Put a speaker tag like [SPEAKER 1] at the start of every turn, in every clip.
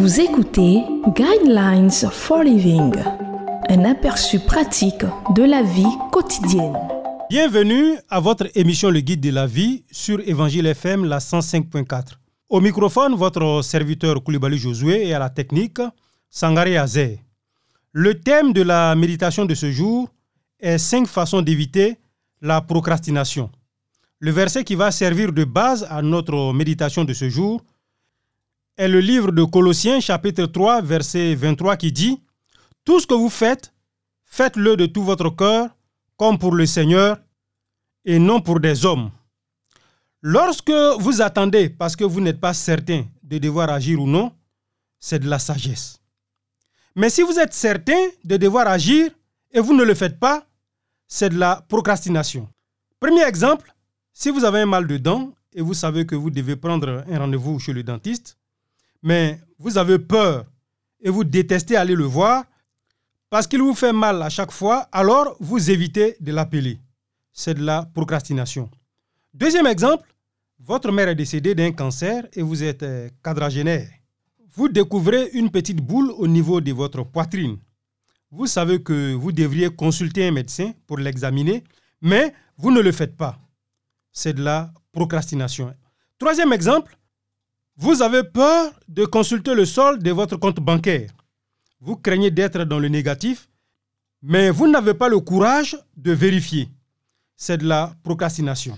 [SPEAKER 1] Vous écoutez Guidelines for Living, un aperçu pratique de la vie quotidienne.
[SPEAKER 2] Bienvenue à votre émission Le Guide de la vie sur Évangile FM, la 105.4. Au microphone, votre serviteur Koulibaly Josué et à la technique, Sangaré Azé. Le thème de la méditation de ce jour est 5 façons d'éviter la procrastination. Le verset qui va servir de base à notre méditation de ce jour est le livre de Colossiens, chapitre 3, verset 23, qui dit « Tout ce que vous faites, faites-le de tout votre cœur, comme pour le Seigneur et non pour des hommes. » Lorsque vous attendez parce que vous n'êtes pas certain de devoir agir ou non, c'est de la sagesse. Mais si vous êtes certain de devoir agir et vous ne le faites pas, c'est de la procrastination. Premier exemple, si vous avez un mal de dents et vous savez que vous devez prendre un rendez-vous chez le dentiste, mais vous avez peur et vous détestez aller le voir parce qu'il vous fait mal à chaque fois, alors vous évitez de l'appeler. C'est de la procrastination. Deuxième exemple, votre mère est décédée d'un cancer et vous êtes quadragénaire. Vous découvrez une petite boule au niveau de votre poitrine. Vous savez que vous devriez consulter un médecin pour l'examiner, mais vous ne le faites pas. C'est de la procrastination. Troisième exemple, vous avez peur de consulter le solde de votre compte bancaire. Vous craignez d'être dans le négatif, mais vous n'avez pas le courage de vérifier. C'est de la procrastination.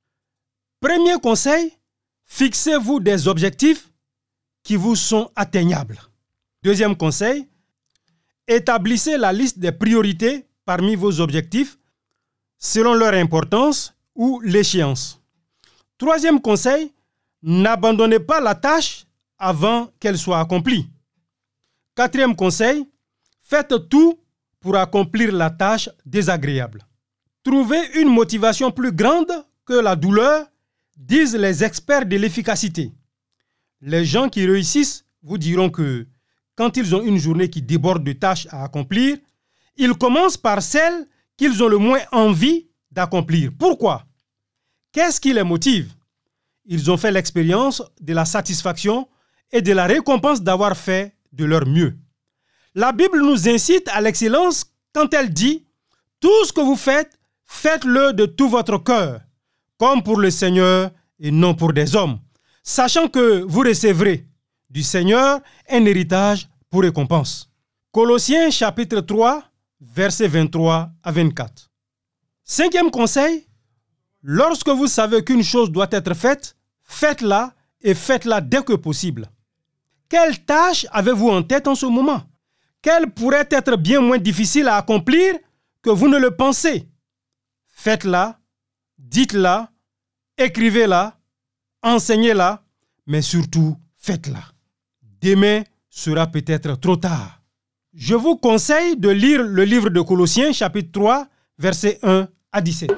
[SPEAKER 2] Premier conseil, fixez-vous des objectifs qui vous sont atteignables. Deuxième conseil, établissez la liste des priorités parmi vos objectifs selon leur importance ou l'échéance. Troisième conseil, n'abandonnez pas la tâche avant qu'elle soit accomplie. Quatrième conseil, faites tout pour accomplir la tâche désagréable. Trouvez une motivation plus grande que la douleur, disent les experts de l'efficacité. Les gens qui réussissent vous diront que quand ils ont une journée qui déborde de tâches à accomplir, ils commencent par celles qu'ils ont le moins envie d'accomplir. Pourquoi? Qu'est-ce qui les motive? Ils ont fait l'expérience de la satisfaction et de la récompense d'avoir fait de leur mieux. La Bible nous incite à l'excellence quand elle dit « Tout ce que vous faites, faites-le de tout votre cœur, comme pour le Seigneur et non pour des hommes, sachant que vous recevrez du Seigneur un héritage pour récompense. » Colossiens chapitre 3, versets 23 à 24. Cinquième conseil, lorsque vous savez qu'une chose doit être faite, faites-la et faites-la dès que possible. Quelle tâche avez-vous en tête en ce moment? Quelle pourrait être bien moins difficile à accomplir que vous ne le pensez? Faites-la, dites-la, écrivez-la, enseignez-la, mais surtout, faites-la. Demain sera peut-être trop tard. Je vous conseille de lire le livre de Colossiens, chapitre 3, versets 1 à 17.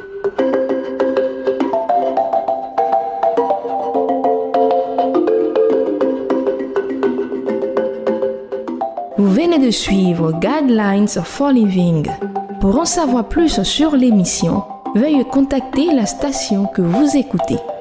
[SPEAKER 1] Vous venez de suivre Guidelines for Living. Pour en savoir plus sur l'émission, veuillez contacter la station que vous écoutez.